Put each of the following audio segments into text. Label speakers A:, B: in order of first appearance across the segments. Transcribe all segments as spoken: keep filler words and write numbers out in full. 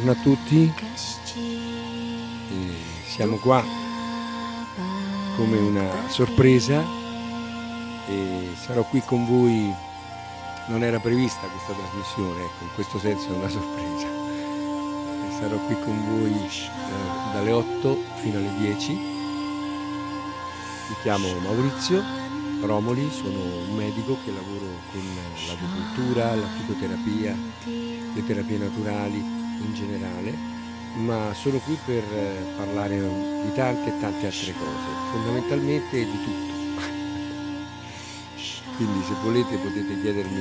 A: buongiorno a tutti. E siamo qua come una sorpresa e sarò qui con voi. Non era prevista questa trasmissione, ecco, in questo senso è una sorpresa. E sarò qui con voi eh, dalle otto fino alle dieci. Mi chiamo Maurizio Romoli, sono un medico che lavoro con l'agopuntura, la fitoterapia, le terapie naturali in generale, ma sono qui per parlare di tante e tante altre cose, fondamentalmente di tutto. Quindi se volete potete chiedermi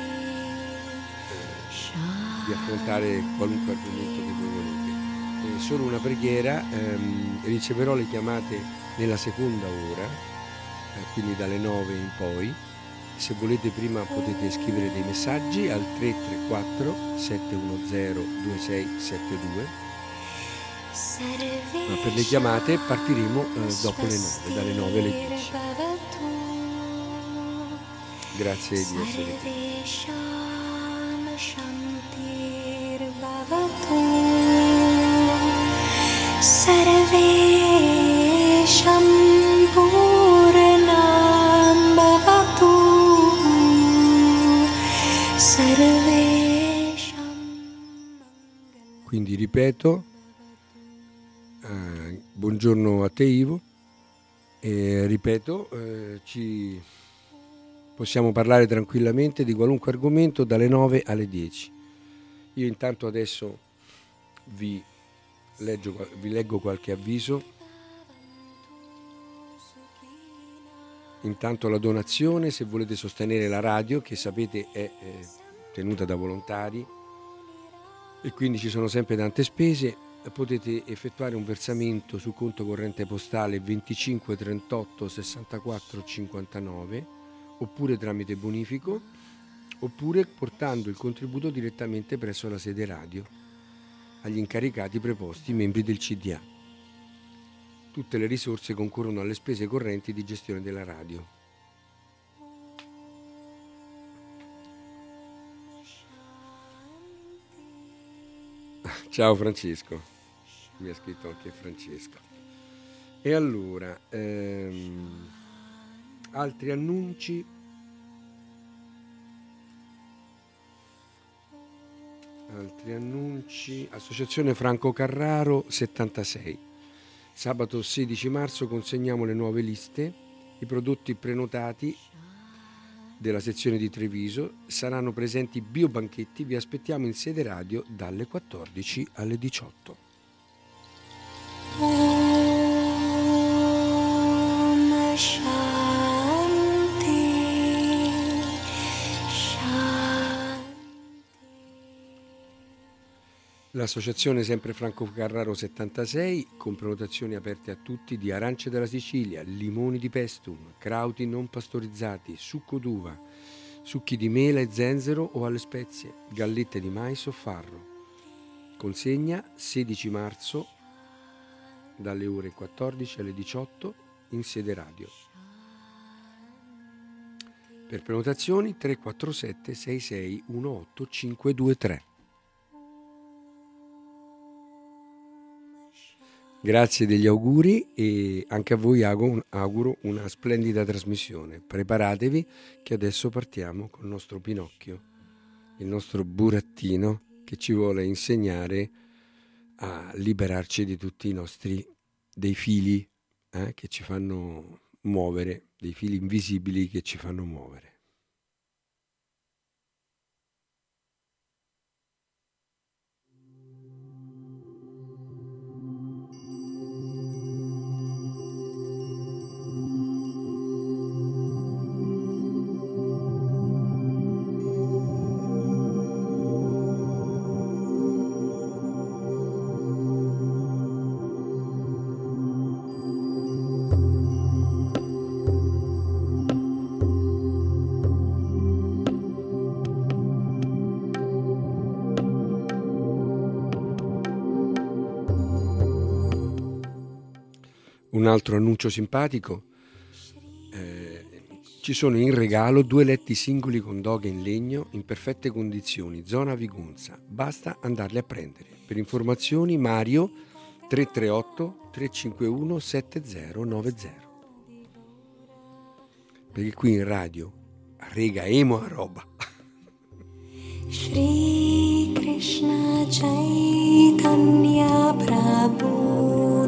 A: eh, di affrontare qualunque argomento che voi volete. È solo una preghiera, ehm, riceverò le chiamate nella seconda ora, eh, quindi dalle nove in poi. Se volete prima potete scrivere dei messaggi al tre tre quattro sette uno zero due sei sette due, ma per le chiamate partiremo eh, dopo le nove, dalle nove alle dieci. Grazie di essere qui. Quindi ripeto, eh, buongiorno a te Ivo, e ripeto, eh, ci possiamo parlare tranquillamente di qualunque argomento dalle nove alle dieci. Io intanto adesso vi, leggio, vi leggo qualche avviso. Intanto la donazione, se volete sostenere la radio, che sapete è eh, tenuta da volontari e quindi ci sono sempre tante spese, potete effettuare un versamento su conto corrente postale venticinque trentotto sessantaquattro cinquantanove, oppure tramite bonifico, oppure portando il contributo direttamente presso la sede radio agli incaricati preposti membri del C D A. Tutte le risorse concorrono alle spese correnti di gestione della radio. Ciao Francesco, mi ha scritto anche Francesco. E allora, ehm, altri annunci. Altri annunci. Associazione Franco Carraro settantasei. Sabato sedici marzo consegniamo le nuove liste. I prodotti prenotati della sezione di Treviso saranno presenti biobanchetti. Vi aspettiamo in sede radio dalle quattordici alle diciotto. L'associazione sempre Franco Carraro settantasei, con prenotazioni aperte a tutti, di arance della Sicilia, limoni di pestum, crauti non pastorizzati, succo d'uva, succhi di mela e zenzero o alle spezie, gallette di mais o farro. Consegna sedici marzo dalle ore quattordici alle diciotto in sede radio. Per prenotazioni tre quattro sette sei sei uno otto cinque due tre. Grazie degli auguri e anche a voi auguro una splendida trasmissione. Preparatevi che adesso partiamo con il nostro Pinocchio, il nostro burattino che ci vuole insegnare a liberarci di tutti i nostri dei fili eh, che ci fanno muovere, dei fili invisibili che ci fanno muovere. Un altro annuncio simpatico, eh, ci sono in regalo due letti singoli con doghe in legno in perfette condizioni, zona Vigunza, basta andarli a prendere. Per informazioni Mario tre tre otto tre cinque uno sette zero nove zero. Perché qui in radio rega emo a roba.
B: Shri Krishna Chaitanya Prabhu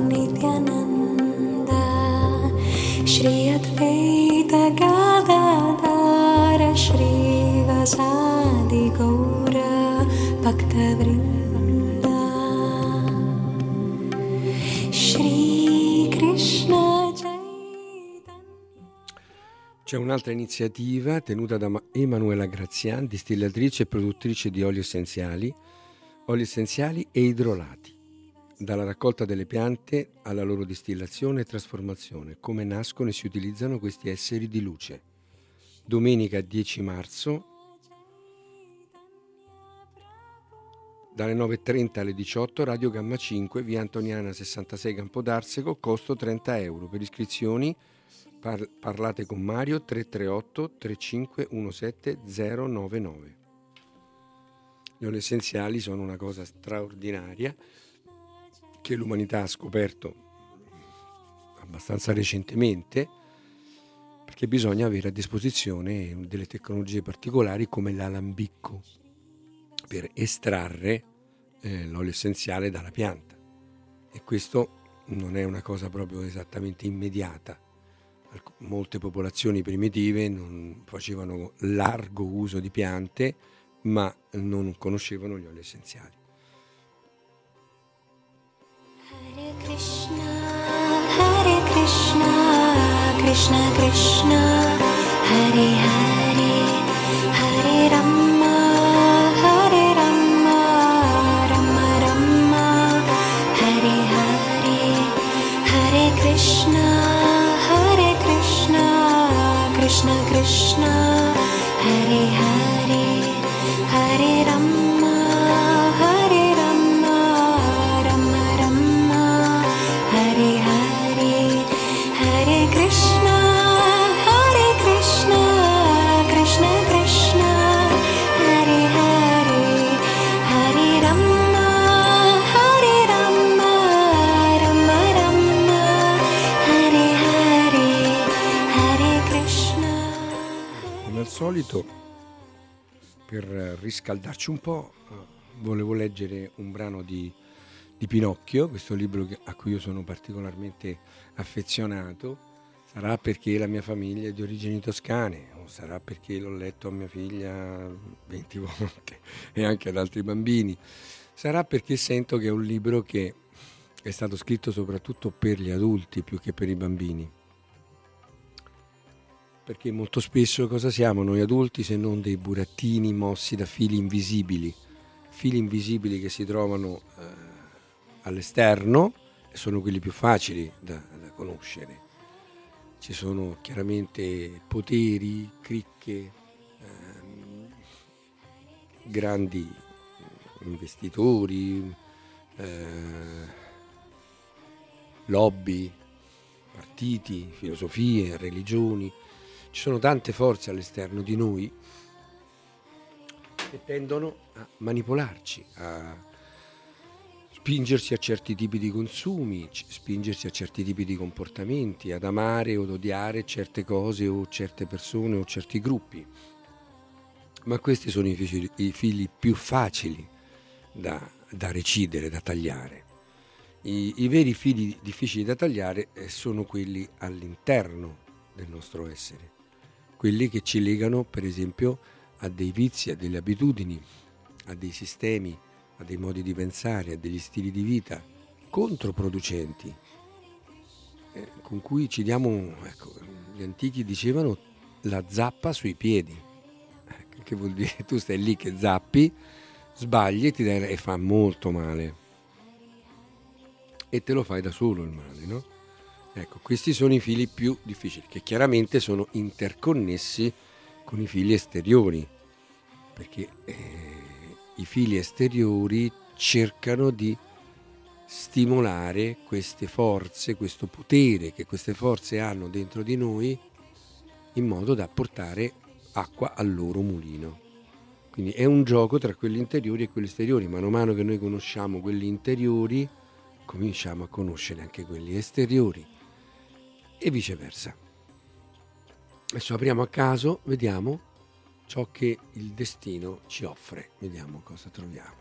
B: Nityananda Shri Advaita Gadadhara Shri Vasadi Gaura Bhaktavrinda Shri Krishna
A: C'è un'altra iniziativa tenuta da Emanuela Grazian, distillatrice e produttrice di oli essenziali, oli essenziali e idrolati, dalla raccolta delle piante alla loro distillazione e trasformazione, come nascono e si utilizzano questi esseri di luce. Domenica dieci marzo, dalle nove e trenta alle diciotto, Radio Gamma cinque, via Antoniana sessantasei Campodarsego, costo trenta euro. Per iscrizioni Par- parlate con Mario tre tre otto tre cinque uno sette zero nove nove. Gli oli essenziali sono una cosa straordinaria che l'umanità ha scoperto abbastanza recentemente, perché bisogna avere a disposizione delle tecnologie particolari come l'alambicco per estrarre eh, l'olio essenziale dalla pianta, e questo non è una cosa proprio esattamente immediata. Molte popolazioni primitive non facevano largo uso di piante, ma non conoscevano gli oli essenziali.
B: Hare Krishna, Hare Krishna, Krishna Krishna, Hare Hare, Hare Rama, Hare Rama, Rama Rama, Hare Hare, Hare Krishna, Krishna Krishna, Hare Hare, Hare Rama, Hare Rama, Rama Rama, Hare Hare, Hare Krishna, Hare Krishna, Krishna Krishna, Hare Hare, Hare Rama, Hare Rama, Rama Rama, Hare Hare, Hare Krishna.
A: Come al solito, per riscaldarci un po', volevo leggere un brano di, di Pinocchio, questo libro che, a cui io sono particolarmente affezionato. Sarà perché la mia famiglia è di origini toscane, o sarà perché l'ho letto a mia figlia venti volte e anche ad altri bambini. Sarà perché sento che è un libro che è stato scritto soprattutto per gli adulti più che per i bambini. Perché molto spesso cosa siamo noi adulti se non dei burattini mossi da fili invisibili, fili invisibili che si trovano eh, all'esterno, e sono quelli più facili da, da conoscere. Ci sono chiaramente poteri, cricche, ehm, grandi investitori, eh, lobby, partiti, filosofie, religioni. Ci sono tante forze all'esterno di noi che tendono a manipolarci, a spingerci a certi tipi di consumi, spingerci a certi tipi di comportamenti, ad amare o ad odiare certe cose o certe persone o certi gruppi. Ma questi sono i fili, i fili più facili da, da recidere, da tagliare. I, I veri fili difficili da tagliare sono quelli all'interno del nostro essere, quelli che ci legano per esempio a dei vizi, a delle abitudini, a dei sistemi, a dei modi di pensare, a degli stili di vita controproducenti, eh, con cui ci diamo, ecco, gli antichi dicevano la zappa sui piedi, eh, che vuol dire tu stai lì che zappi, sbagli e ti dai, e fa molto male, e te lo fai da solo il male, no? Ecco, questi sono i fili più difficili, che chiaramente sono interconnessi con i fili esteriori, perché eh, i fili esteriori cercano di stimolare queste forze, questo potere che queste forze hanno dentro di noi, in modo da portare acqua al loro mulino. Quindi è un gioco tra quelli interiori e quelli esteriori. Mano a mano che noi conosciamo quelli interiori, cominciamo a conoscere anche quelli esteriori e viceversa. Adesso apriamo a caso, vediamo ciò che il destino ci offre. Vediamo cosa troviamo.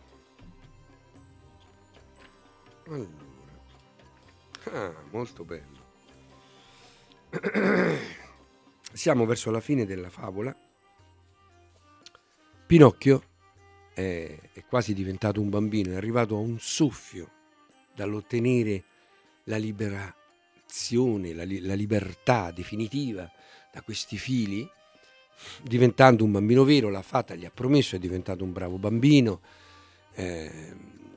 A: Allora, ah, molto bello. Siamo verso la fine della favola. Pinocchio è, è quasi diventato un bambino, è arrivato a un soffio dall'ottenere la liberazione, la, la libertà definitiva da questi fili, diventando un bambino vero. La fata gli ha promesso, è diventato un bravo bambino, eh,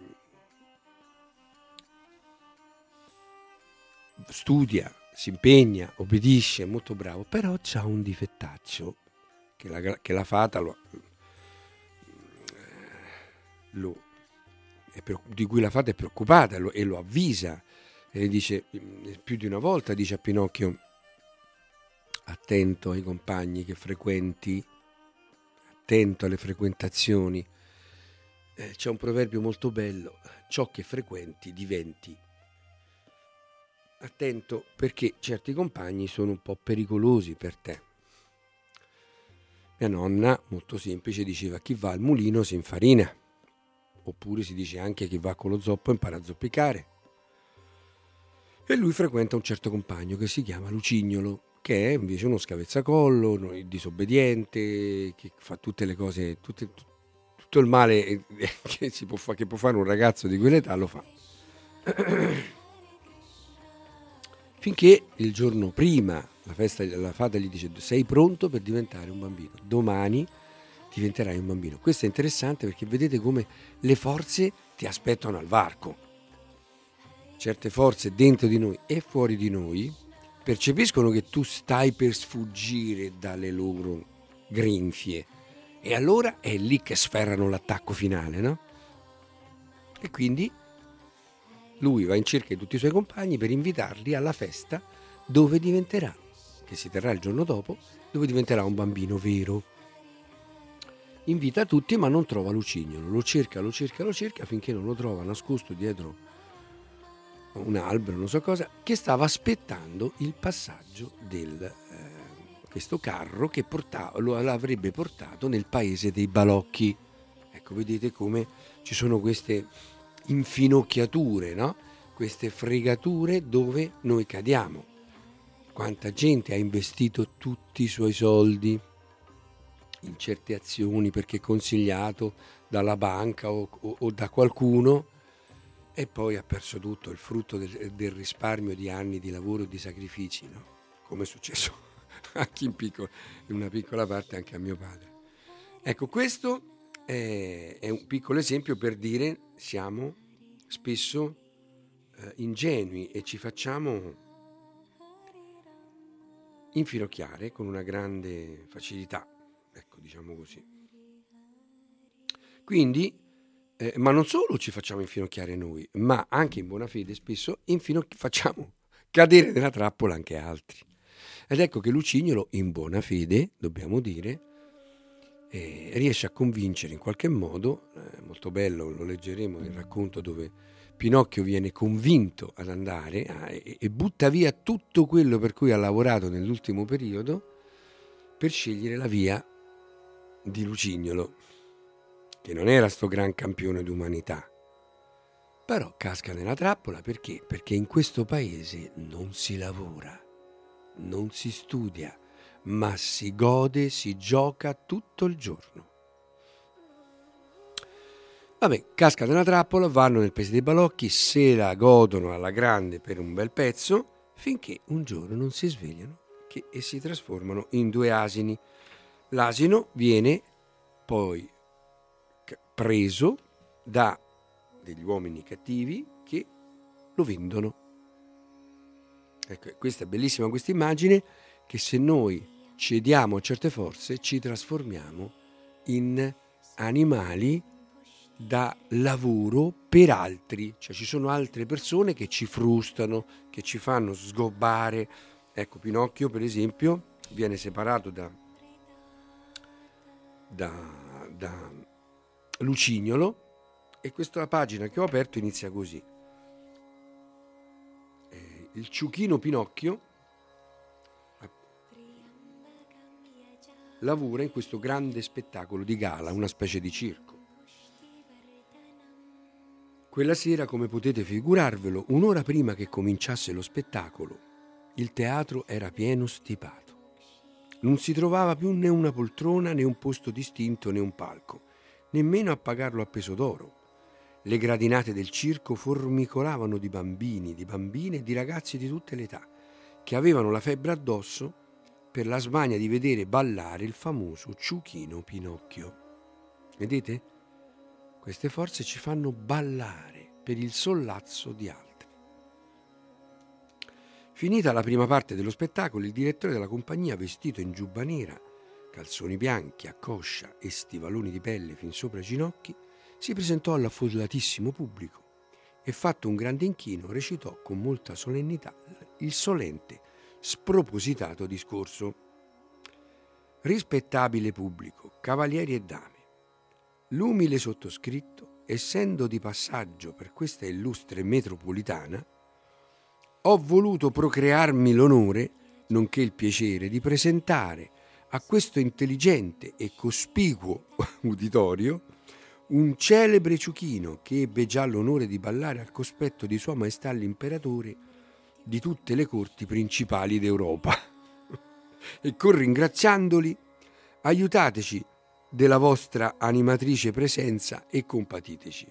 A: studia, si impegna, obbedisce, è molto bravo, però c'ha un difettaccio che la, che la fata lo, lo, è per, di cui la fata è preoccupata lo, e lo avvisa e le dice più di una volta, dice a Pinocchio: attento ai compagni che frequenti, attento alle frequentazioni. Eh, c'è un proverbio molto bello: ciò che frequenti diventi. Attento, perché certi compagni sono un po' pericolosi per te. Mia nonna, molto semplice, diceva: chi va al mulino si infarina. Oppure si dice anche: chi va con lo zoppo impara a zoppicare. E lui frequenta un certo compagno che si chiama Lucignolo, che è invece uno scavezzacollo, disobbediente, che fa tutte le cose, tutte, tutto il male che, si può fa, che può fare un ragazzo di quell'età lo fa. Finché il giorno prima la festa, la fata gli dice: sei pronto per diventare un bambino, domani diventerai un bambino. Questo è interessante perché vedete come le forze ti aspettano al varco. Certe forze dentro di noi e fuori di noi percepiscono che tu stai per sfuggire dalle loro grinfie e allora è lì che sferrano l'attacco finale, no? E quindi lui va in cerca di tutti i suoi compagni per invitarli alla festa dove diventerà, che si terrà il giorno dopo, dove diventerà un bambino vero. Invita tutti ma non trova Lucignolo, lo cerca, lo cerca, lo cerca finché non lo trova nascosto dietro un albero, non so cosa, che stava aspettando il passaggio del eh, questo carro che portava, lo avrebbe portato nel paese dei balocchi. Ecco, vedete come ci sono queste infinocchiature, no? Queste fregature dove noi cadiamo. Quanta gente ha investito tutti i suoi soldi in certe azioni perché consigliato dalla banca o, o, o da qualcuno, e poi ha perso tutto, il frutto del, del risparmio di anni di lavoro e di sacrifici, no? Come è successo anche in, piccolo, in una piccola parte anche a mio padre. Ecco, questo è, è un piccolo esempio per dire: siamo spesso eh, ingenui e ci facciamo infinocchiare con una grande facilità, ecco, diciamo così. Quindi Eh, ma non solo ci facciamo infinocchiare noi, ma anche in buona fede spesso infinocchi- facciamo cadere nella trappola anche altri. Ed ecco che Lucignolo, in buona fede, dobbiamo dire, eh, riesce a convincere in qualche modo, eh, molto bello, lo leggeremo nel racconto dove Pinocchio viene convinto ad andare a, e, e butta via tutto quello per cui ha lavorato nell'ultimo periodo per scegliere la via di Lucignolo, che non era sto gran campione d'umanità, però casca nella trappola perché? Perché in questo paese non si lavora, non si studia, ma si gode, si gioca tutto il giorno. Vabbè, casca nella trappola, vanno nel paese dei balocchi, se la godono alla grande per un bel pezzo, finché un giorno non si svegliano che, e si trasformano in due asini. L'asino viene poi preso da degli uomini cattivi che lo vendono. Ecco, questa è bellissima questa immagine, che se noi cediamo a certe forze ci trasformiamo in animali da lavoro per altri, cioè ci sono altre persone che ci frustano, che ci fanno sgobbare. Ecco, Pinocchio per esempio viene separato da, da da, da Lucignolo, e questa pagina che ho aperto inizia così. Eh, il ciuchino Pinocchio lavora in questo grande spettacolo di gala, una specie di circo. Quella sera, come potete figurarvelo, un'ora prima che cominciasse lo spettacolo, il teatro era pieno stipato. Non si trovava più né una poltrona, né un posto distinto, né un palco, nemmeno a pagarlo a peso d'oro. Le gradinate del circo formicolavano di bambini, di bambine e di ragazzi di tutte le età, che avevano la febbre addosso per la smania di vedere ballare il famoso ciuchino Pinocchio. Vedete? Queste forze ci fanno ballare per il sollazzo di altri. Finita la prima parte dello spettacolo, il direttore della compagnia, vestito in giubba nera, calzoni bianchi a coscia e stivaloni di pelle fin sopra i ginocchi, si presentò all'affollatissimo pubblico e, fatto un grande inchino, recitò con molta solennità il solente, spropositato discorso. Rispettabile pubblico, cavalieri e dame, l'umile sottoscritto, essendo di passaggio per questa illustre metropolitana, ho voluto procrearmi l'onore, nonché il piacere, di presentare a questo intelligente e cospicuo uditorio un celebre ciuchino che ebbe già l'onore di ballare al cospetto di Sua Maestà l'Imperatore di tutte le corti principali d'Europa. E con ringraziandoli, aiutateci della vostra animatrice presenza e compatiteci.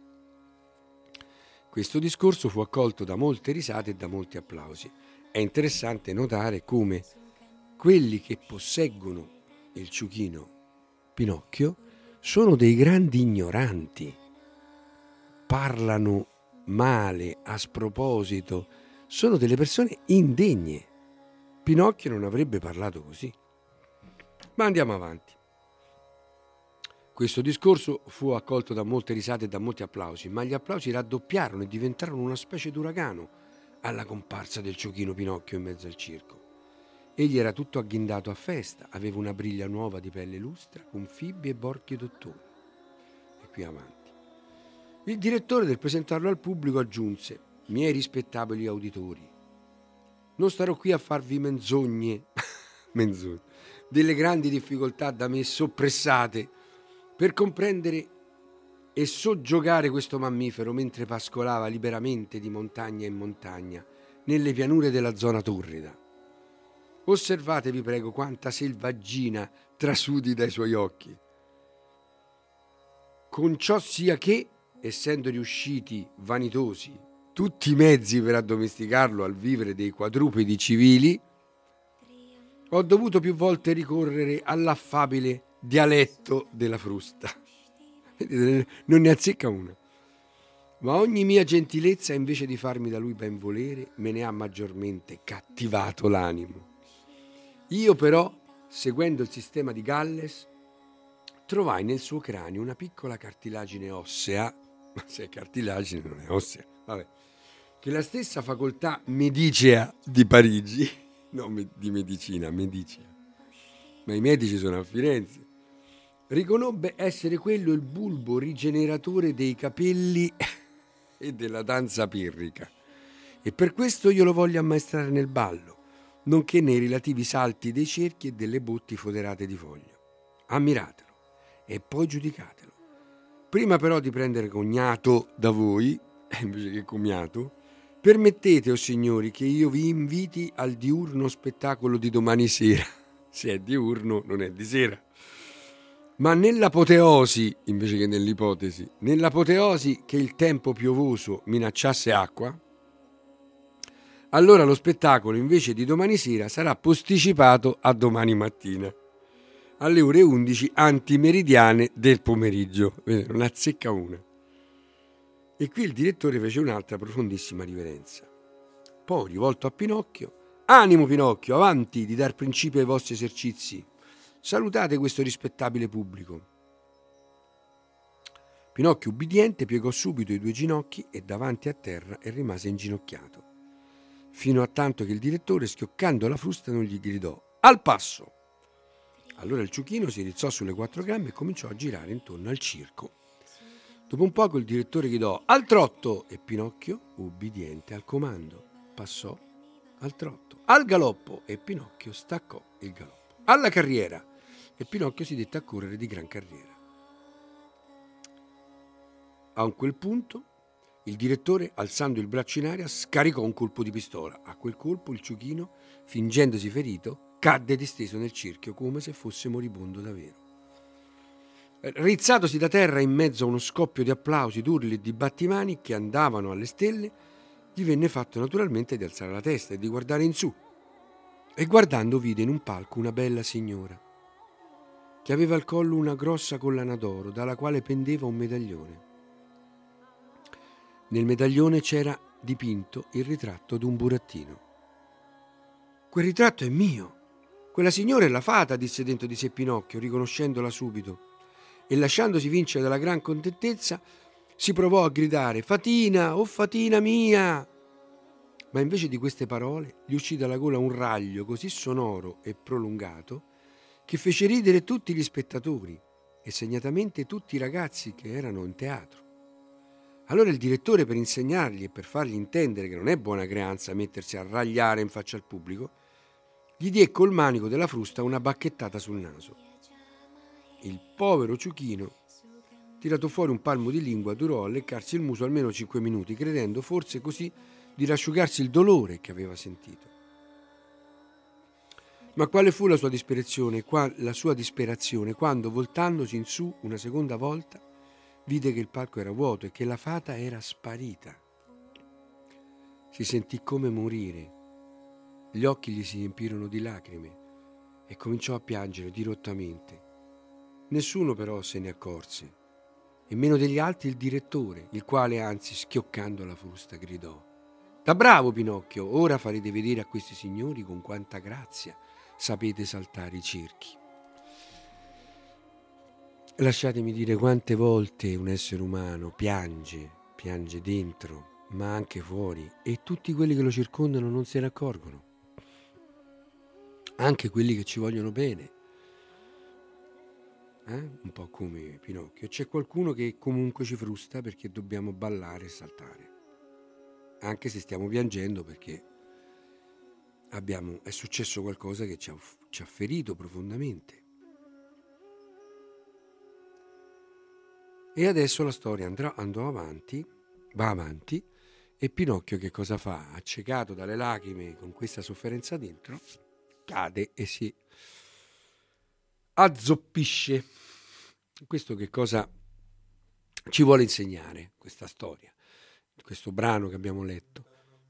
A: Questo discorso fu accolto da molte risate e da molti applausi. È interessante notare come quelli che posseggono il ciuchino Pinocchio sono dei grandi ignoranti, parlano male, a sproposito, sono delle persone indegne. Pinocchio non avrebbe parlato così. Ma andiamo avanti. Questo discorso fu accolto da molte risate e da molti applausi, ma gli applausi raddoppiarono e diventarono una specie d'uragano alla comparsa del ciuchino Pinocchio in mezzo al circo. Egli era tutto agghindato a festa, aveva una briglia nuova di pelle lustra, con fibbie e borchie d'ottone. E qui avanti. Il direttore, del presentarlo al pubblico, aggiunse: miei rispettabili auditori, non starò qui a farvi menzogne, menzogne delle grandi difficoltà da me soppressate per comprendere e soggiogare questo mammifero mentre pascolava liberamente di montagna in montagna nelle pianure della zona torrida. Osservate, vi prego, quanta selvaggina trasudi dai suoi occhi. Con ciò sia che, essendo riusciti vanitosi tutti i mezzi per addomesticarlo al vivere dei quadrupedi civili, ho dovuto più volte ricorrere all'affabile dialetto della frusta. Non ne azzecca una. Ma ogni mia gentilezza, invece di farmi da lui ben volere, me ne ha maggiormente cattivato l'animo. Io però, seguendo il sistema di Galles, trovai nel suo cranio una piccola cartilagine ossea, ma se è cartilagine non è ossea, vabbè, che la stessa facoltà medicea di Parigi, non di medicina, medicea, ma i medici sono a Firenze, riconobbe essere quello il bulbo rigeneratore dei capelli e della danza pirrica, e per questo io lo voglio ammaestrare nel ballo, nonché nei relativi salti dei cerchi e delle botti foderate di foglio. Ammiratelo e poi giudicatelo. Prima però di prendere cognato da voi, invece che commiato, permettete, o signori, che io vi inviti al diurno spettacolo di domani sera. Se è diurno, non è di sera. Ma nell'apoteosi, invece che nell'ipotesi, nell'apoteosi che il tempo piovoso minacciasse acqua, allora lo spettacolo, invece di domani sera, sarà posticipato a domani mattina, alle ore undici antimeridiane del pomeriggio. Vedete, non azzecca una. E qui il direttore fece un'altra profondissima riverenza. Poi, rivolto a Pinocchio: animo Pinocchio, avanti di dar principio ai vostri esercizi. Salutate questo rispettabile pubblico. Pinocchio, ubbidiente, piegò subito i due ginocchi e davanti a terra e rimase inginocchiato, fino a tanto che il direttore, schioccando la frusta, non gli gridò: al passo! Allora il ciuchino si rizzò sulle quattro gambe e cominciò a girare intorno al circo. Dopo un poco il direttore gridò al trotto e Pinocchio, ubbidiente al comando, passò al trotto, al galoppo e Pinocchio staccò il galoppo, alla carriera e Pinocchio si dette a correre di gran carriera. A quel punto il direttore, alzando il braccio in aria, scaricò un colpo di pistola. A quel colpo il ciuchino, fingendosi ferito, cadde disteso nel cerchio come se fosse moribondo davvero. Rizzatosi da terra in mezzo a uno scoppio di applausi, d'urli e di battimani che andavano alle stelle, gli venne fatto naturalmente di alzare la testa e di guardare in su. E guardando vide in un palco una bella signora che aveva al collo una grossa collana d'oro dalla quale pendeva un medaglione. Nel medaglione c'era dipinto il ritratto d'un burattino. «Quel ritratto è mio! Quella signora è la fata», disse dentro di sé Pinocchio, riconoscendola subito, e lasciandosi vincere dalla gran contentezza si provò a gridare «Fatina, oh Fatina mia!». Ma invece di queste parole gli uscì dalla gola un raglio così sonoro e prolungato che fece ridere tutti gli spettatori e segnatamente tutti i ragazzi che erano in teatro. Allora il direttore, per insegnargli e per fargli intendere che non è buona creanza mettersi a ragliare in faccia al pubblico, gli diè col manico della frusta una bacchettata sul naso. Il povero ciuchino, tirato fuori un palmo di lingua, durò a leccarsi il muso almeno cinque minuti, credendo forse così di rasciugarsi il dolore che aveva sentito. Ma quale fu la sua disperazione, la sua disperazione quando, voltandosi in su una seconda volta, vide che il palco era vuoto e che la fata era sparita. Si sentì come morire. Gli occhi gli si riempirono di lacrime e cominciò a piangere dirottamente. Nessuno però se ne accorse, e meno degli altri il direttore, il quale, anzi, schioccando la frusta, gridò: «Da bravo Pinocchio, ora farete vedere a questi signori con quanta grazia sapete saltare i cerchi». Lasciatemi dire quante volte un essere umano piange, piange dentro, ma anche fuori, e tutti quelli che lo circondano non se ne accorgono. Anche quelli che ci vogliono bene. Eh? Un po' come Pinocchio. C'è qualcuno che comunque ci frusta perché dobbiamo ballare e saltare. Anche se stiamo piangendo perché abbiamo, è successo qualcosa che ci ha, ci ha ferito profondamente. E adesso la storia andrà, andò avanti, va avanti, e Pinocchio che cosa fa? Accecato dalle lacrime con questa sofferenza dentro, cade e si azzoppisce. Questo che cosa ci vuole insegnare questa storia, questo brano che abbiamo letto?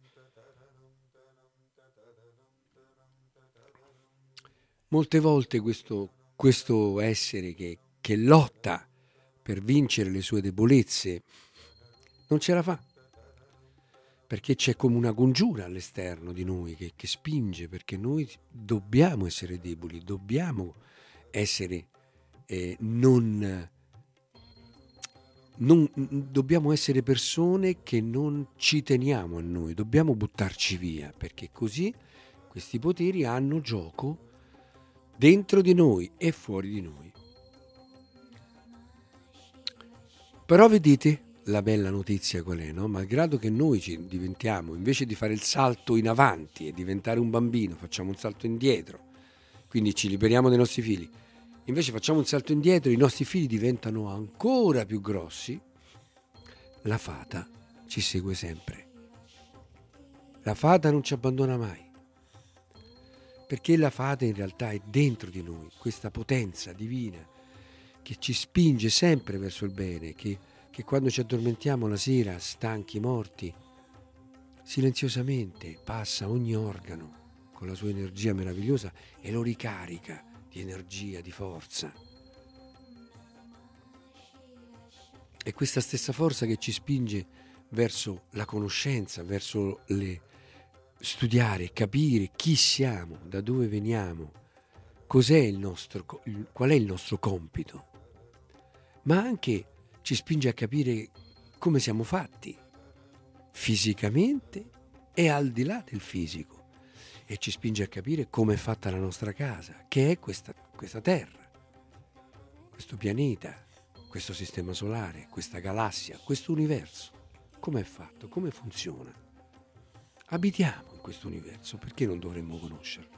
A: Molte volte questo, questo essere che, che lotta per vincere le sue debolezze non ce la fa, perché c'è come una congiura all'esterno di noi che, che spinge, perché noi dobbiamo essere deboli, dobbiamo essere eh, non, non dobbiamo essere persone che non ci teniamo a noi, dobbiamo buttarci via, perché così questi poteri hanno gioco dentro di noi e fuori di noi. Però vedete la bella notizia qual è, no? Malgrado che noi ci diventiamo, invece di fare il salto in avanti e diventare un bambino, facciamo un salto indietro, quindi ci liberiamo dei nostri figli, invece facciamo un salto indietro, i nostri figli diventano ancora più grossi, la fata ci segue sempre. La fata non ci abbandona mai, perché la fata in realtà è dentro di noi, questa potenza divina che ci spinge sempre verso il bene, che, che quando ci addormentiamo la sera, stanchi, morti, silenziosamente passa ogni organo con la sua energia meravigliosa e lo ricarica di energia, di forza. È questa stessa forza che ci spinge verso la conoscenza, verso le studiare, capire chi siamo, da dove veniamo, cos'è il nostro, qual è il nostro compito, ma anche ci spinge a capire come siamo fatti, fisicamente e al di là del fisico. e ci spinge a capire come è fatta la nostra casa, che è questa, questa terra, questo pianeta, questo sistema solare, questa galassia, questo universo. Come è fatto? Come funziona? Abitiamo in questo universo, perché non dovremmo conoscerlo?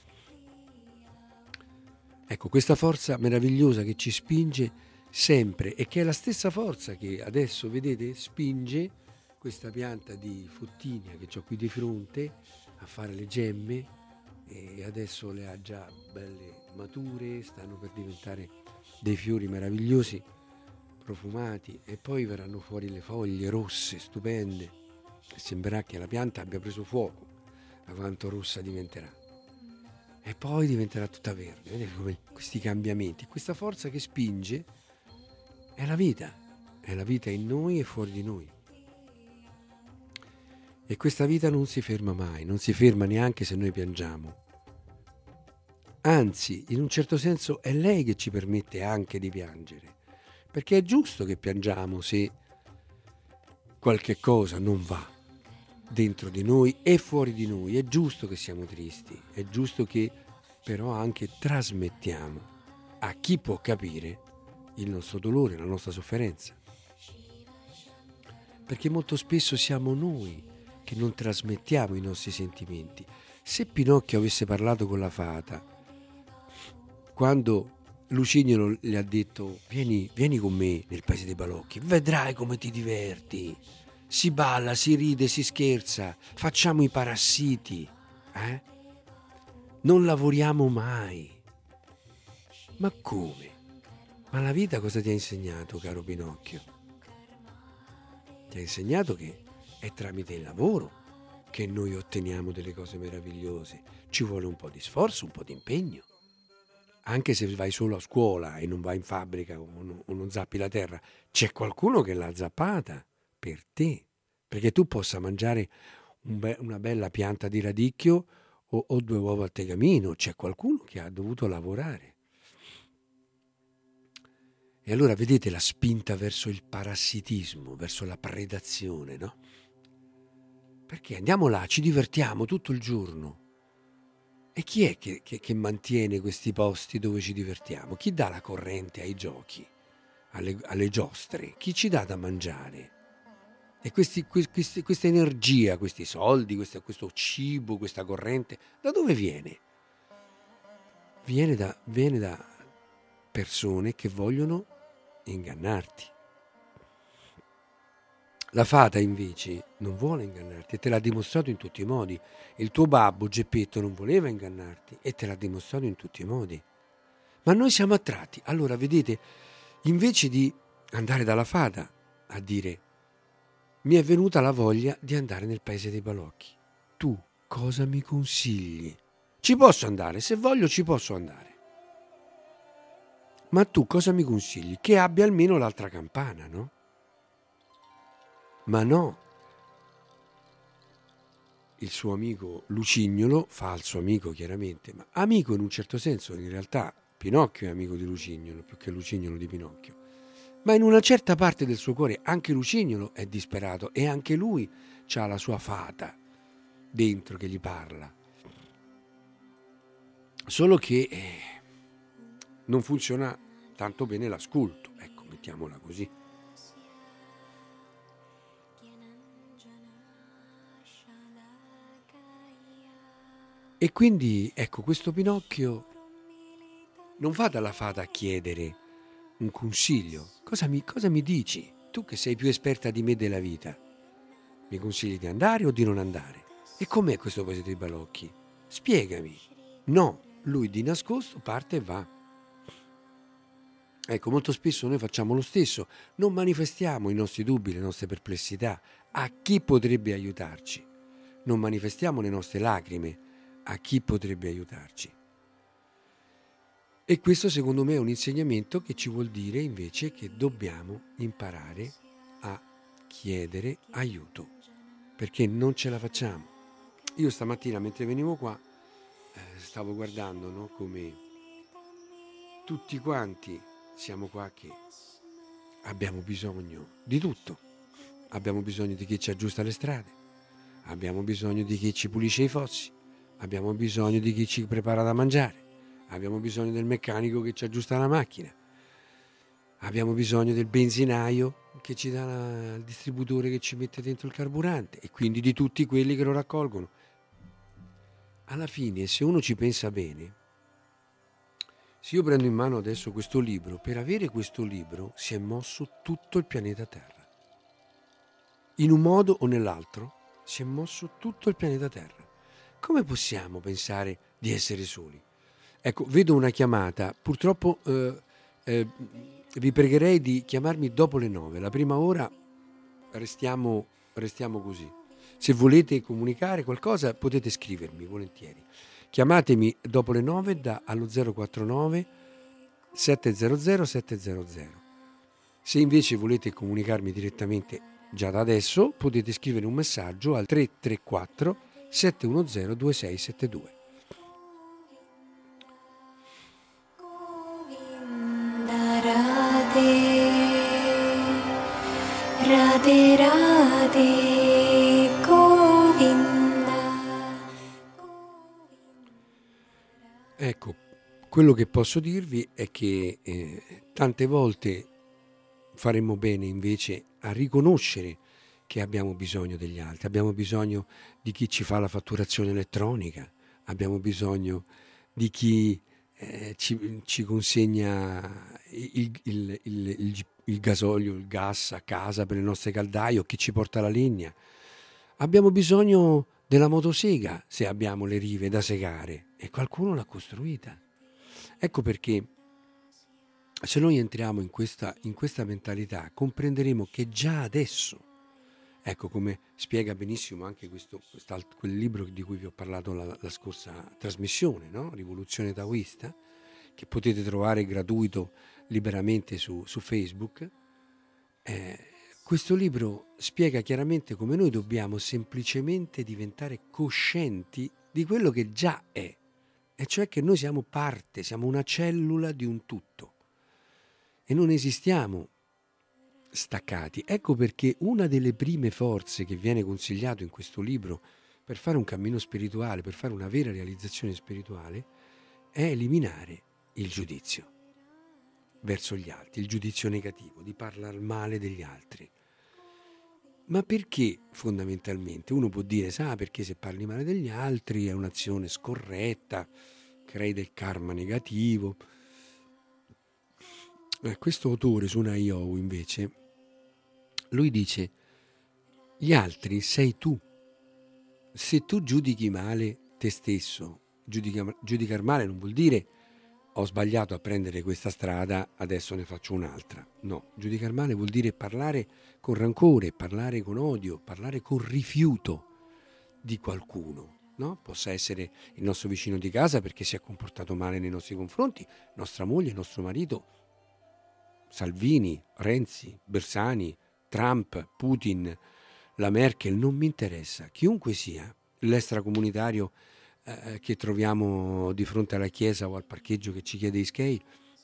A: Ecco, questa forza meravigliosa che ci spinge sempre e che è la stessa forza che adesso, vedete, spinge questa pianta di Fottinia che ho qui di fronte a fare le gemme, e adesso le ha già belle mature, stanno per diventare dei fiori meravigliosi, profumati, e poi verranno fuori le foglie rosse, stupende, e sembrerà che la pianta abbia preso fuoco da quanto rossa diventerà. E poi diventerà tutta verde. Vedete come questi cambiamenti, questa forza che spinge è la vita, è la vita in noi e fuori di noi. E questa vita non si ferma mai, non si ferma neanche se noi piangiamo. Anzi, in un certo senso è lei che ci permette anche di piangere, perché è giusto che piangiamo se qualche cosa non va dentro di noi e fuori di noi. È giusto che siamo tristi, è giusto che però anche trasmettiamo a chi può capire il nostro dolore, la nostra sofferenza, perché molto spesso siamo noi che non trasmettiamo i nostri sentimenti. Se Pinocchio avesse parlato con la fata quando Lucignolo le ha detto vieni, vieni con me nel paese dei balocchi, vedrai come ti diverti, si balla, si ride, si scherza, facciamo i parassiti, eh? Non lavoriamo mai. Ma come? Ma la vita cosa ti ha insegnato, caro Pinocchio? Ti ha insegnato che è tramite il lavoro che noi otteniamo delle cose meravigliose. Ci vuole un po' di sforzo, un po' di impegno. Anche se vai solo a scuola e non vai in fabbrica o non, o non zappi la terra, c'è qualcuno che l'ha zappata per te, perché tu possa mangiare un be- una bella pianta di radicchio o, o due uova al tegamino. C'è qualcuno che ha dovuto lavorare. E allora vedete la spinta verso il parassitismo, verso la predazione, no? Perché andiamo là, ci divertiamo tutto il giorno. E chi è che, che, che mantiene questi posti dove ci divertiamo? Chi dà la corrente ai giochi, alle, alle giostre? Chi ci dà da mangiare? E questi, questi, questa energia, questi soldi, questo, questo cibo, questa corrente, da dove viene? Viene da, viene da persone che vogliono ingannarti. La fata invece non vuole ingannarti e te l'ha dimostrato in tutti i modi. Il tuo babbo Geppetto non voleva ingannarti e te l'ha dimostrato in tutti i modi. Ma noi siamo attratti. Allora vedete, invece di andare dalla fata a dire mi è venuta la voglia di andare nel paese dei balocchi, tu cosa mi consigli? Ci posso andare, se voglio ci posso andare. Ma tu cosa mi consigli? Che abbia almeno l'altra campana, no? Ma no, il suo amico Lucignolo, falso amico chiaramente, ma amico in un certo senso, in realtà Pinocchio è amico di Lucignolo più che Lucignolo di Pinocchio, ma in una certa parte del suo cuore anche Lucignolo è disperato e anche lui ha la sua fata dentro che gli parla, solo che eh, non funziona tanto bene l'ascolto, ecco, mettiamola così. E quindi, ecco, questo Pinocchio non va dalla fata a chiedere un consiglio. Cosa mi, cosa mi dici? Tu che sei più esperta di me della vita. Mi consigli di andare o di non andare? E com'è questo paese dei balocchi? Spiegami. No, lui di nascosto parte e va. Ecco, molto spesso noi facciamo lo stesso. Non manifestiamo i nostri dubbi, le nostre perplessità a chi potrebbe aiutarci. Non manifestiamo le nostre lacrime a chi potrebbe aiutarci. E questo secondo me è un insegnamento che ci vuol dire invece che dobbiamo imparare a chiedere aiuto, perché non ce la facciamo. Io stamattina mentre venivo qua eh, stavo guardando, no, come tutti quanti siamo qua che abbiamo bisogno di tutto. Abbiamo bisogno di chi ci aggiusta le strade, abbiamo bisogno di chi ci pulisce i fossi, abbiamo bisogno di chi ci prepara da mangiare, abbiamo bisogno del meccanico che ci aggiusta la macchina, abbiamo bisogno del benzinaio che ci dà la, il distributore che ci mette dentro il carburante e quindi di tutti quelli che lo raccolgono. Alla fine, se uno ci pensa bene, se io prendo in mano adesso questo libro, per avere questo libro si è mosso tutto il pianeta Terra. In un modo o nell'altro si è mosso tutto il pianeta Terra. Come possiamo pensare di essere soli? Ecco, vedo una chiamata, purtroppo eh, eh, vi pregherei di chiamarmi dopo le nove, la prima ora restiamo, restiamo così. Se volete comunicare qualcosa potete scrivermi volentieri. Chiamatemi dopo le nove da, allo zero quattro nove sette zero zero sette zero zero. Se invece volete comunicarmi direttamente già da adesso, potete scrivere un messaggio al tre tre quattro sette uno zero due sei sette due.
B: Radhe Radhe Govinda.
A: Ecco, quello che posso dirvi è che eh, tante volte faremmo bene invece a riconoscere che abbiamo bisogno degli altri, abbiamo bisogno di chi ci fa la fatturazione elettronica, abbiamo bisogno di chi eh, ci, ci consegna il, il, il, il, il gasolio, il gas a casa per le nostre caldaie o chi ci porta la legna. Abbiamo bisogno della motosega se abbiamo le rive da segare e qualcuno l'ha costruita. Ecco perché se noi entriamo in questa, in questa mentalità comprenderemo che già adesso, ecco come spiega benissimo anche questo, quel libro di cui vi ho parlato la, la scorsa trasmissione, no? Rivoluzione Taoista, che potete trovare gratuito liberamente su, su Facebook. Eh, questo libro spiega chiaramente come noi dobbiamo semplicemente diventare coscienti di quello che già è, e cioè che noi siamo parte, siamo una cellula di un tutto e non esistiamo staccati. Ecco perché una delle prime forze che viene consigliato in questo libro per fare un cammino spirituale, per fare una vera realizzazione spirituale, è eliminare il giudizio verso gli altri, il giudizio negativo, di parlare male degli altri. Ma perché fondamentalmente? Uno può dire, sa, perché se parli male degli altri è un'azione scorretta, crei del karma negativo. Eh, questo autore su Naiou invece, lui dice, gli altri sei tu. Se tu giudichi male te stesso, giudica, giudicare male non vuol dire ho sbagliato a prendere questa strada, adesso ne faccio un'altra. No, giudicare male vuol dire parlare con rancore, parlare con odio, parlare con rifiuto di qualcuno, no? Possa essere il nostro vicino di casa perché si è comportato male nei nostri confronti, nostra moglie, nostro marito, Salvini, Renzi, Bersani, Trump, Putin, la Merkel, non mi interessa. Chiunque sia, l'extracomunitario eh, che troviamo di fronte alla chiesa o al parcheggio che ci chiede i skate,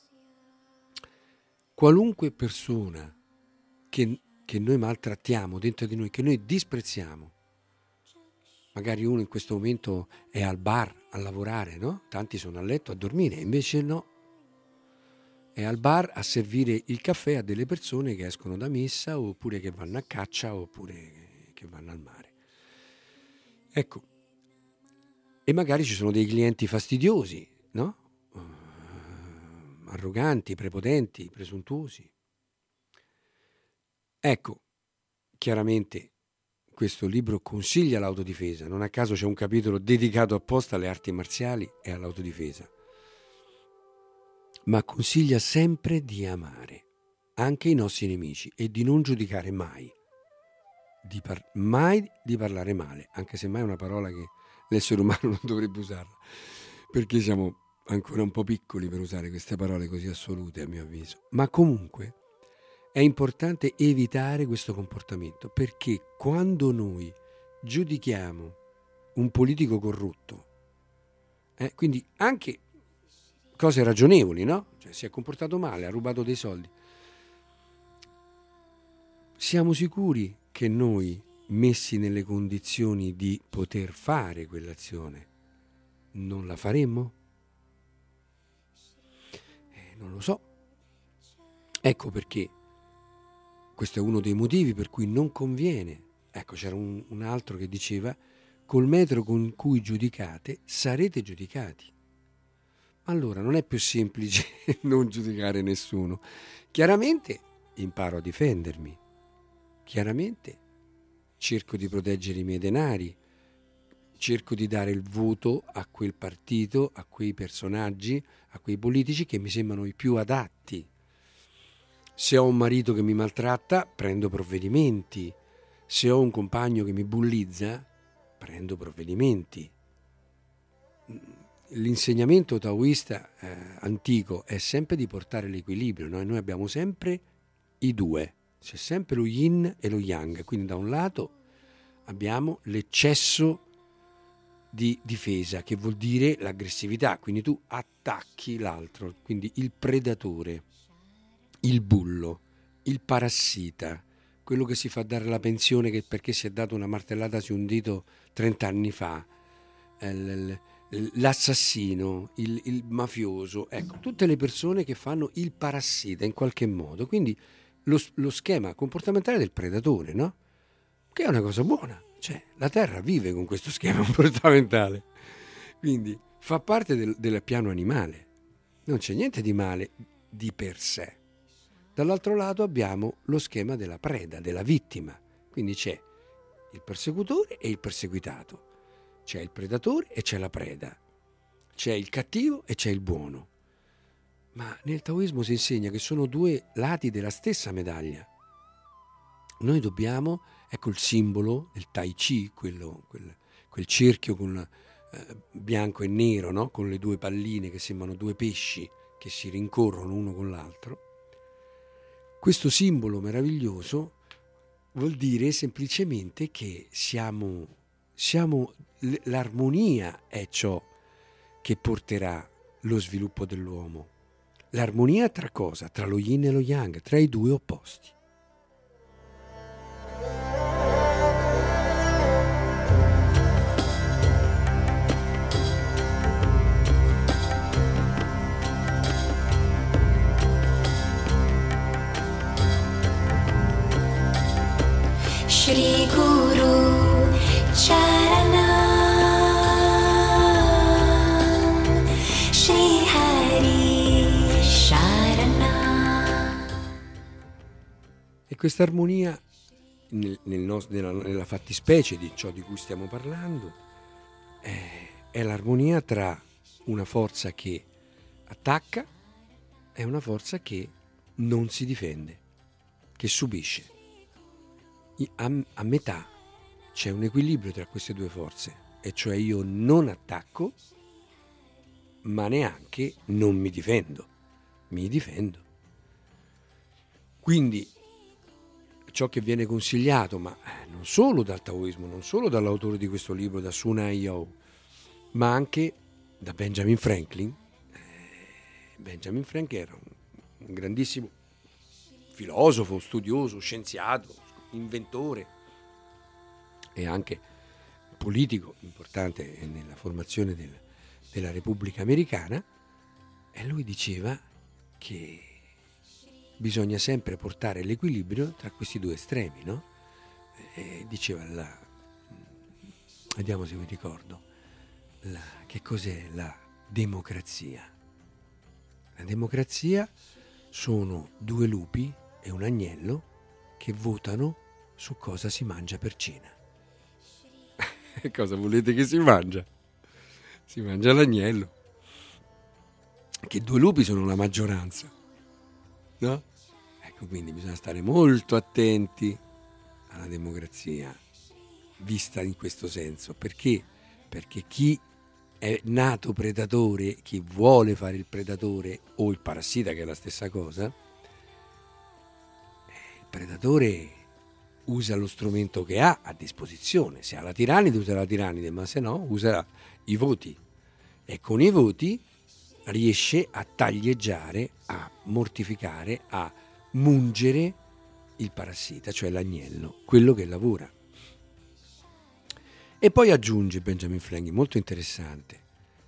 A: qualunque persona che, che noi maltrattiamo dentro di noi, che noi disprezziamo, magari uno in questo momento è al bar a lavorare, no? Tanti sono a letto a dormire, invece no, è al bar a servire il caffè a delle persone che escono da messa oppure che vanno a caccia oppure che vanno al mare. Ecco, e magari ci sono dei clienti fastidiosi, no? Uh, arroganti, prepotenti, presuntuosi. Ecco, chiaramente questo libro consiglia l'autodifesa, non a caso c'è un capitolo dedicato apposta alle arti marziali e all'autodifesa, ma consiglia sempre di amare anche i nostri nemici e di non giudicare mai, di par- mai di parlare male, anche se mai è una parola che l'essere umano non dovrebbe usarla, perché siamo ancora un po' piccoli per usare queste parole così assolute, a mio avviso. Ma comunque è importante evitare questo comportamento, perché quando noi giudichiamo un politico corrotto, eh, quindi anche cose ragionevoli, no? Cioè si è comportato male, ha rubato dei soldi, siamo sicuri che noi, messi nelle condizioni di poter fare quell'azione, non la faremmo? Eh, non lo so. Ecco perché questo è uno dei motivi per cui non conviene. Ecco, c'era un, un altro che diceva: col metro con cui giudicate sarete giudicati. Allora non è più semplice non giudicare nessuno. Chiaramente imparo a difendermi, chiaramente cerco di proteggere i miei denari, cerco di dare il voto a quel partito, a quei personaggi, a quei politici che mi sembrano i più adatti. Se ho un marito che mi maltratta, prendo provvedimenti. Se ho un compagno che mi bullizza, prendo provvedimenti. L'insegnamento taoista eh, antico è sempre di portare l'equilibrio, no? Noi abbiamo sempre i due, c'è sempre lo yin e lo yang, quindi da un lato abbiamo l'eccesso di difesa, che vuol dire l'aggressività, quindi tu attacchi l'altro, quindi il predatore, il bullo, il parassita, quello che si fa dare la pensione che perché si è dato una martellata su un dito trent'anni fa, l'assassino, il, il mafioso, ecco, tutte le persone che fanno il parassita in qualche modo, quindi lo, lo schema comportamentale del predatore, no? Che è una cosa buona, cioè la Terra vive con questo schema comportamentale, quindi fa parte del, del piano animale, non c'è niente di male di per sé. Dall'altro lato abbiamo lo schema della preda, della vittima, quindi c'è il persecutore e il perseguitato, c'è il predatore e c'è la preda, c'è il cattivo e c'è il buono. Ma nel taoismo si insegna che sono due lati della stessa medaglia. Noi dobbiamo, ecco il simbolo del Tai Chi, quello, quel, quel cerchio con eh, bianco e nero, no? Con le due palline che sembrano due pesci che si rincorrono uno con l'altro. Questo simbolo meraviglioso vuol dire semplicemente che siamo, siamo, l'armonia è ciò che porterà lo sviluppo dell'uomo. L'armonia tra cosa? Tra lo yin e lo yang, tra i due opposti.
B: Shri Guru Charanam Shri Hari Sharanam.
A: E questa armonia nel, nel nos, nella, nella fattispecie di ciò di cui stiamo parlando è, è l'armonia tra una forza che attacca e una forza che non si difende, che subisce. A, a metà c'è un equilibrio tra queste due forze, e cioè io non attacco ma neanche non mi difendo, mi difendo. Quindi ciò che viene consigliato, ma non solo dal taoismo, non solo dall'autore di questo libro, da Sun Hyo, ma anche da Benjamin Franklin. Benjamin Franklin era un, un grandissimo filosofo, studioso, scienziato, inventore e anche politico importante nella formazione del, della Repubblica Americana, e lui diceva che bisogna sempre portare l'equilibrio tra questi due estremi, no? E diceva, la, vediamo se mi ricordo, la, che cos'è la democrazia? La democrazia sono due lupi e un agnello che votano su cosa si mangia per cena. Cosa volete che si mangia? Si mangia l'agnello. Che due lupi sono la maggioranza, no? Ecco, quindi bisogna stare molto attenti alla democrazia vista in questo senso. Perché? Perché chi è nato predatore, chi vuole fare il predatore o il parassita, che è la stessa cosa, il predatore usa lo strumento che ha a disposizione. Se ha la tirannide usa la tirannide, ma se no usa i voti, e con i voti riesce a taglieggiare, a mortificare, a mungere il parassita, cioè l'agnello, quello che lavora. E poi aggiunge Benjamin Franklin, molto interessante,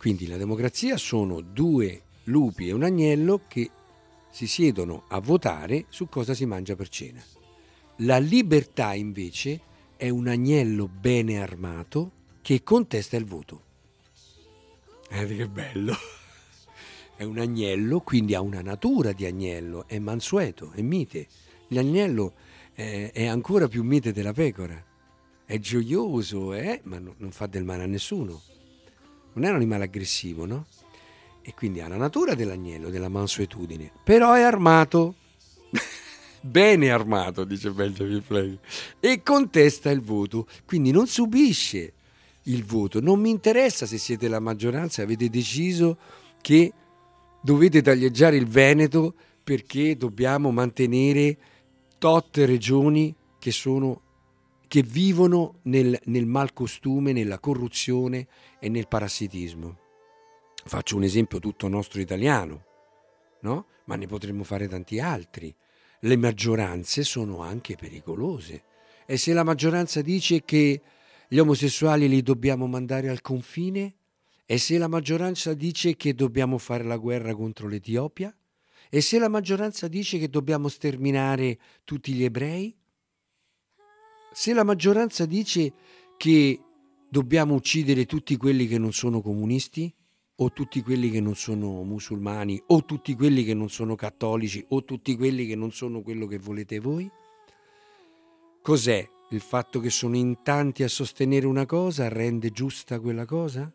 A: Quindi la democrazia sono due lupi e un agnello che si siedono a votare su cosa si mangia per cena. La libertà invece è un agnello bene armato che contesta il voto. Eh, che bello! È un agnello, quindi ha una natura di agnello, è mansueto, è mite. L'agnello è, è ancora più mite della pecora, è gioioso, eh? Ma no, non fa del male a nessuno. Non è un animale aggressivo, no? E quindi ha la natura dell'agnello, della mansuetudine, però è armato, bene armato, dice Benjamin Franklin, e contesta il voto, quindi non subisce il voto. Non mi interessa se siete la maggioranza e avete deciso che dovete taglieggiare il Veneto perché dobbiamo mantenere tot regioni che sono che vivono nel, nel malcostume, nella corruzione e nel parassitismo. Faccio un esempio tutto nostro italiano, no? Ma ne potremmo fare tanti altri. Le maggioranze sono anche pericolose. E se la maggioranza dice che gli omosessuali li dobbiamo mandare al confine? E se la maggioranza dice che dobbiamo fare la guerra contro l'Etiopia? E se la maggioranza dice che dobbiamo sterminare tutti gli ebrei? Se la maggioranza dice che dobbiamo uccidere tutti quelli che non sono comunisti, o tutti quelli che non sono musulmani, o tutti quelli che non sono cattolici, o tutti quelli che non sono quello che volete voi, cos'è? Il fatto che sono in tanti a sostenere una cosa rende giusta quella cosa?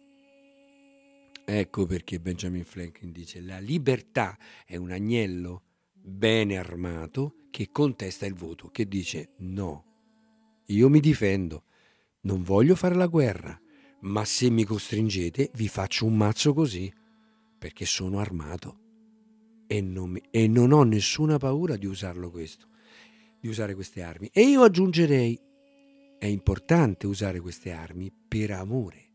A: Ecco perché Benjamin Franklin dice: la libertà è un agnello bene armato che contesta il voto, che dice no. Io mi difendo, non voglio fare la guerra, ma se mi costringete vi faccio un mazzo così, perché sono armato e non, mi, e non ho nessuna paura di usarlo questo, di usare queste armi. E io aggiungerei, è importante usare queste armi per amore.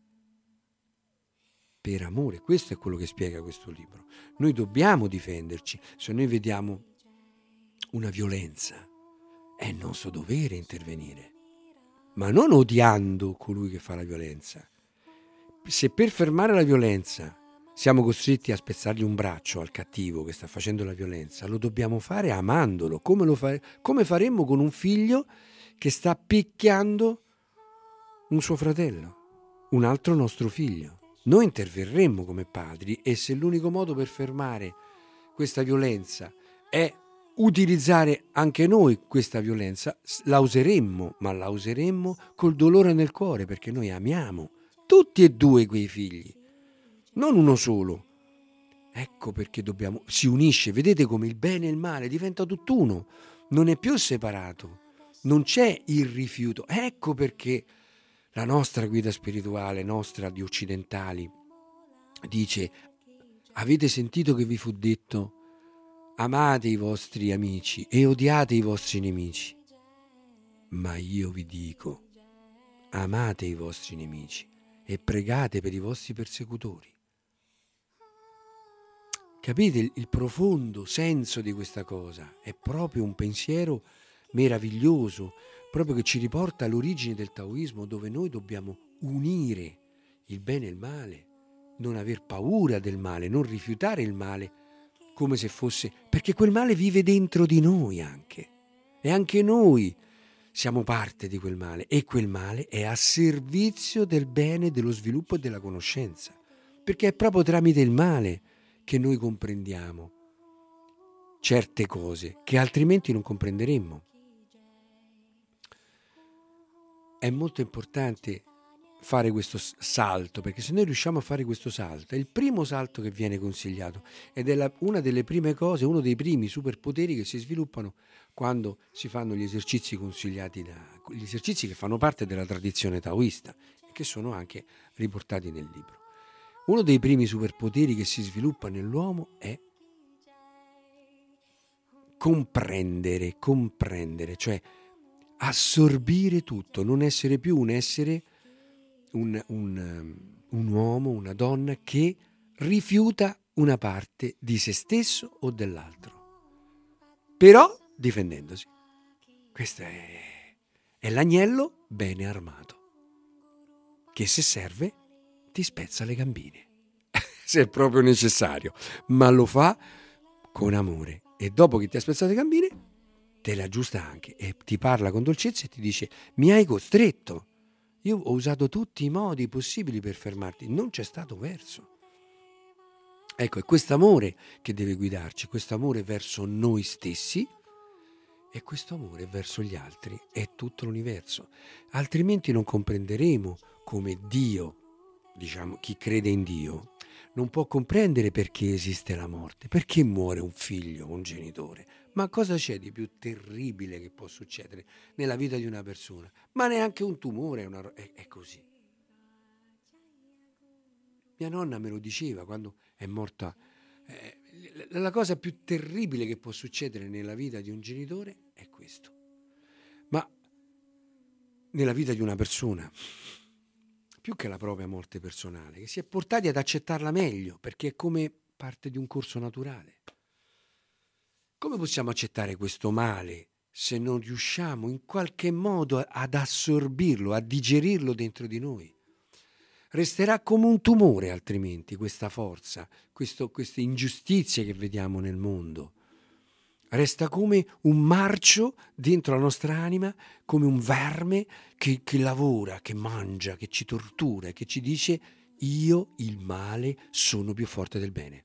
A: Per amore, questo è quello che spiega questo libro. Noi dobbiamo difenderci, se noi vediamo una violenza è nostro dovere intervenire, ma non odiando colui che fa la violenza. Se per fermare la violenza siamo costretti a spezzargli un braccio al cattivo che sta facendo la violenza, lo dobbiamo fare amandolo, come, lo fare, come faremmo con un figlio che sta picchiando un suo fratello, un altro nostro figlio. Noi interverremmo come padri, e se l'unico modo per fermare questa violenza è utilizzare anche noi questa violenza, la useremmo, ma la useremmo col dolore nel cuore, perché noi amiamo tutti e due quei figli, non uno solo. Ecco perché dobbiamo, si unisce, vedete come il bene e il male diventa tutt'uno, non è più separato, non c'è il rifiuto. Ecco perché la nostra guida spirituale, nostra di occidentali, dice: avete sentito che vi fu detto amate i vostri amici e odiate i vostri nemici, ma io vi dico amate i vostri nemici e pregate per i vostri persecutori. Capite il, il profondo senso di questa cosa? È proprio un pensiero meraviglioso, proprio che ci riporta all'origine del taoismo, dove noi dobbiamo unire il bene e il male, non aver paura del male, non rifiutare il male come se fosse, perché quel male vive dentro di noi anche, e anche noi siamo parte di quel male, e quel male è a servizio del bene, dello sviluppo e della conoscenza, perché è proprio tramite il male che noi comprendiamo certe cose che altrimenti non comprenderemmo. È molto importante fare questo salto, perché se noi riusciamo a fare questo salto, è il primo salto che viene consigliato, ed è la, una delle prime cose, uno dei primi superpoteri che si sviluppano quando si fanno gli esercizi consigliati da, gli esercizi che fanno parte della tradizione taoista e che sono anche riportati nel libro. Uno dei primi superpoteri che si sviluppa nell'uomo è comprendere, comprendere, cioè assorbire tutto, non essere più un essere, un, un, un uomo, una donna che rifiuta una parte di se stesso o dell'altro, però difendendosi. Questo è, è l'agnello bene armato, che se serve ti spezza le gambine. se è proprio necessario, ma lo fa con amore. E dopo che ti ha spezzato le gambine, te la aggiusta anche e ti parla con dolcezza e ti dice: mi hai costretto, io ho usato tutti i modi possibili per fermarti, non c'è stato verso. Ecco, è questo amore che deve guidarci, questo amore verso noi stessi e questo amore verso gli altri, è tutto l'universo. Altrimenti non comprenderemo come Dio, diciamo chi crede in Dio, non può comprendere perché esiste la morte, perché muore un figlio, un genitore. Ma cosa c'è di più terribile che può succedere nella vita di una persona? Ma neanche un tumore, è, una, è, è così. Mia nonna me lo diceva quando è morta. Eh, la cosa più terribile che può succedere nella vita di un genitore è questo. Ma nella vita di una persona, più che la propria morte personale, che si è portati ad accettarla meglio, perché è come parte di un corso naturale. Come possiamo accettare questo male se non riusciamo in qualche modo ad assorbirlo, a digerirlo dentro di noi? Resterà come un tumore altrimenti questa forza, questo, queste ingiustizie che vediamo nel mondo. Resta come un marcio dentro la nostra anima, come un verme che, che lavora, che mangia, che ci tortura, che ci dice: io il male sono più forte del bene.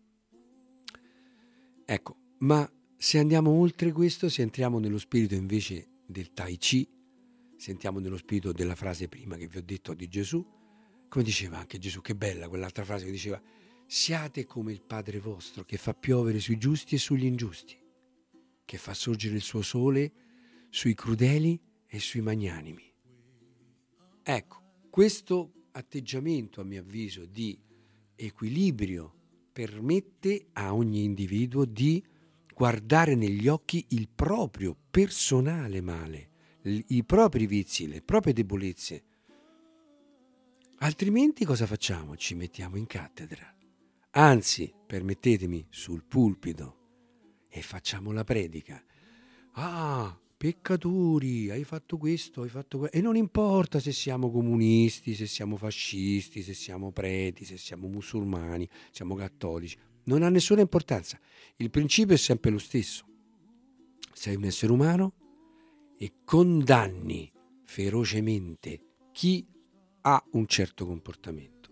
A: Ecco, ma se andiamo oltre questo, se entriamo nello spirito invece del Tai Chi, se entriamo nello spirito della frase prima che vi ho detto di Gesù, come diceva anche Gesù, che bella quell'altra frase che diceva: siate come il Padre vostro che fa piovere sui giusti e sugli ingiusti, che fa sorgere il suo sole sui crudeli e sui magnanimi. Ecco, questo atteggiamento, a mio avviso, di equilibrio permette a ogni individuo di guardare negli occhi il proprio personale male, i propri vizi, le proprie debolezze. Altrimenti cosa facciamo? Ci mettiamo in cattedra, anzi, permettetemi, sul pulpito, e facciamo la predica. Ah, peccatori, hai fatto questo, hai fatto questo. E non importa se siamo comunisti, se siamo fascisti, se siamo preti, se siamo musulmani, siamo cattolici. Non ha nessuna importanza. Il principio è sempre lo stesso. Sei un essere umano e condanni ferocemente chi ha un certo comportamento.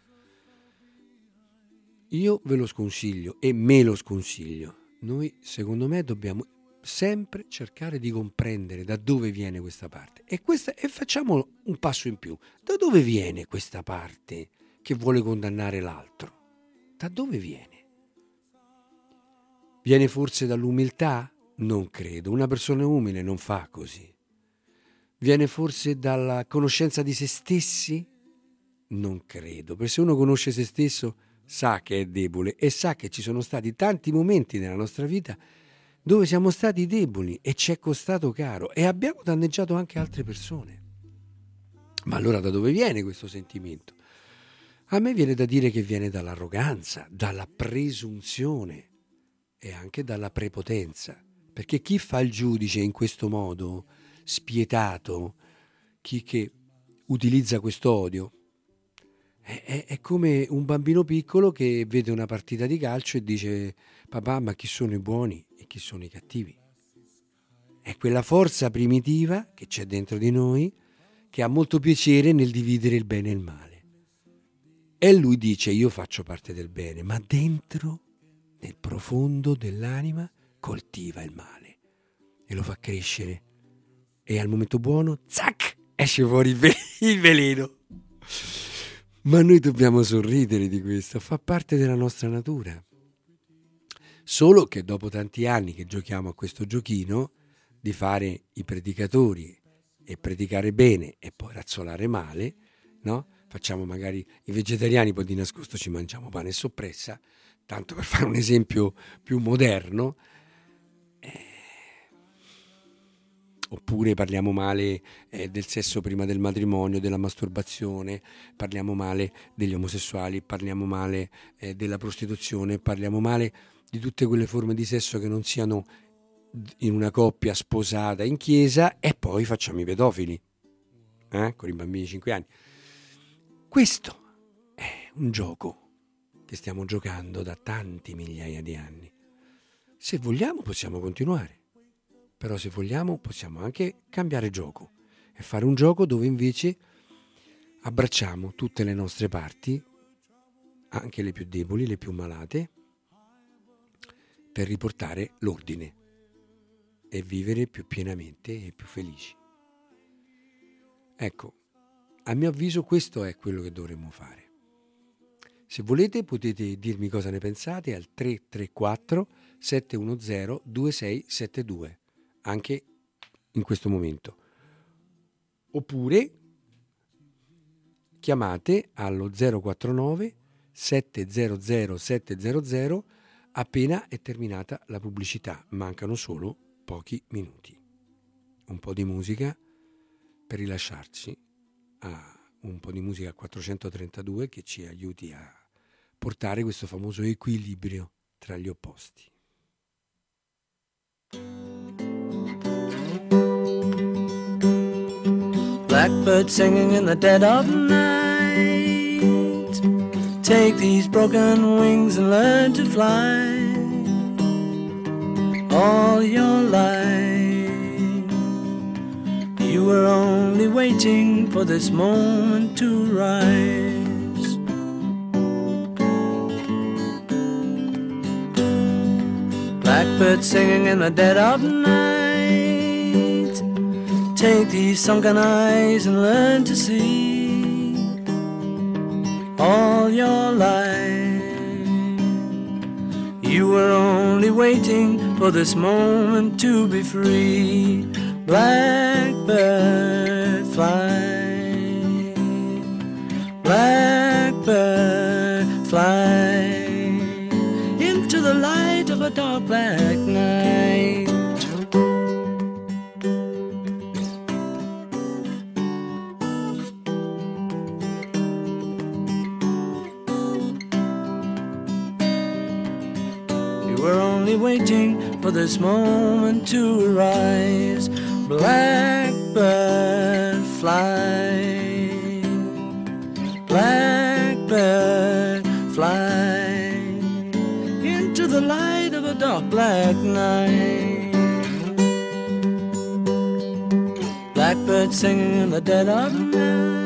A: Io ve lo sconsiglio e me lo sconsiglio. Noi, secondo me, dobbiamo sempre cercare di comprendere da dove viene questa parte. E, questa, e facciamo un passo in più. Da dove viene questa parte che vuole condannare l'altro? Da dove viene? Viene forse dall'umiltà? Non credo. Una persona umile non fa così. Viene forse dalla conoscenza di se stessi? Non credo, perché se uno conosce se stesso sa che è debole e sa che ci sono stati tanti momenti nella nostra vita dove siamo stati deboli e ci è costato caro e abbiamo danneggiato anche altre persone. Ma allora da dove viene questo sentimento? A me viene da dire che viene dall'arroganza, dalla presunzione e anche dalla prepotenza, perché chi fa il giudice in questo modo spietato, chi che utilizza questo odio, è, è, è come un bambino piccolo che vede una partita di calcio e dice: papà, ma chi sono i buoni e chi sono i cattivi? È quella forza primitiva che c'è dentro di noi che ha molto piacere nel dividere il bene e il male. E lui dice: io faccio parte del bene, ma dentro, nel profondo dell'anima, coltiva il male e lo fa crescere. E al momento buono, zac, esce fuori il veleno. Ma noi dobbiamo sorridere di questo, fa parte della nostra natura. Solo che dopo tanti anni che giochiamo a questo giochino di fare i predicatori e predicare bene e poi razzolare male, no? Facciamo magari i vegetariani, poi di nascosto ci mangiamo pane e soppressa, tanto per fare un esempio più moderno. Oppure parliamo male eh, del sesso prima del matrimonio, della masturbazione, parliamo male degli omosessuali, parliamo male eh, della prostituzione, parliamo male di tutte quelle forme di sesso che non siano in una coppia sposata in chiesa, e poi facciamo i pedofili eh, con i bambini di cinque anni. Questo è un gioco che stiamo giocando da tanti migliaia di anni. Se vogliamo possiamo continuare, però se vogliamo possiamo anche cambiare gioco e fare un gioco dove invece abbracciamo tutte le nostre parti, anche le più deboli, le più malate, per riportare l'ordine e vivere più pienamente e più felici. Ecco, a mio avviso questo è quello che dovremmo fare. Se volete potete dirmi cosa ne pensate al tre tre quattro sette uno zero due sei sette due, anche in questo momento. Oppure chiamate allo zero quattro nove sette zero zero sette zero zero appena è terminata la pubblicità. Mancano solo pochi minuti. Un po' di musica per rilasciarci a un po' di musica a quattrocentotrentadue che ci aiuti a portare questo famoso equilibrio tra gli opposti.
C: Blackbird singing in the dead of night. Take these broken wings and learn to fly all your life. You were only waiting for this moment to rise. Blackbird singing in the dead of night. Take these sunken eyes and learn to see all your life. You were only waiting for this moment to be free. Blackbird fly, blackbird fly into the light of a dark black night. You were only waiting for this moment to arise. Blackbird fly, blackbird fly into the light of a dark black night. Blackbird singing in the dead of night.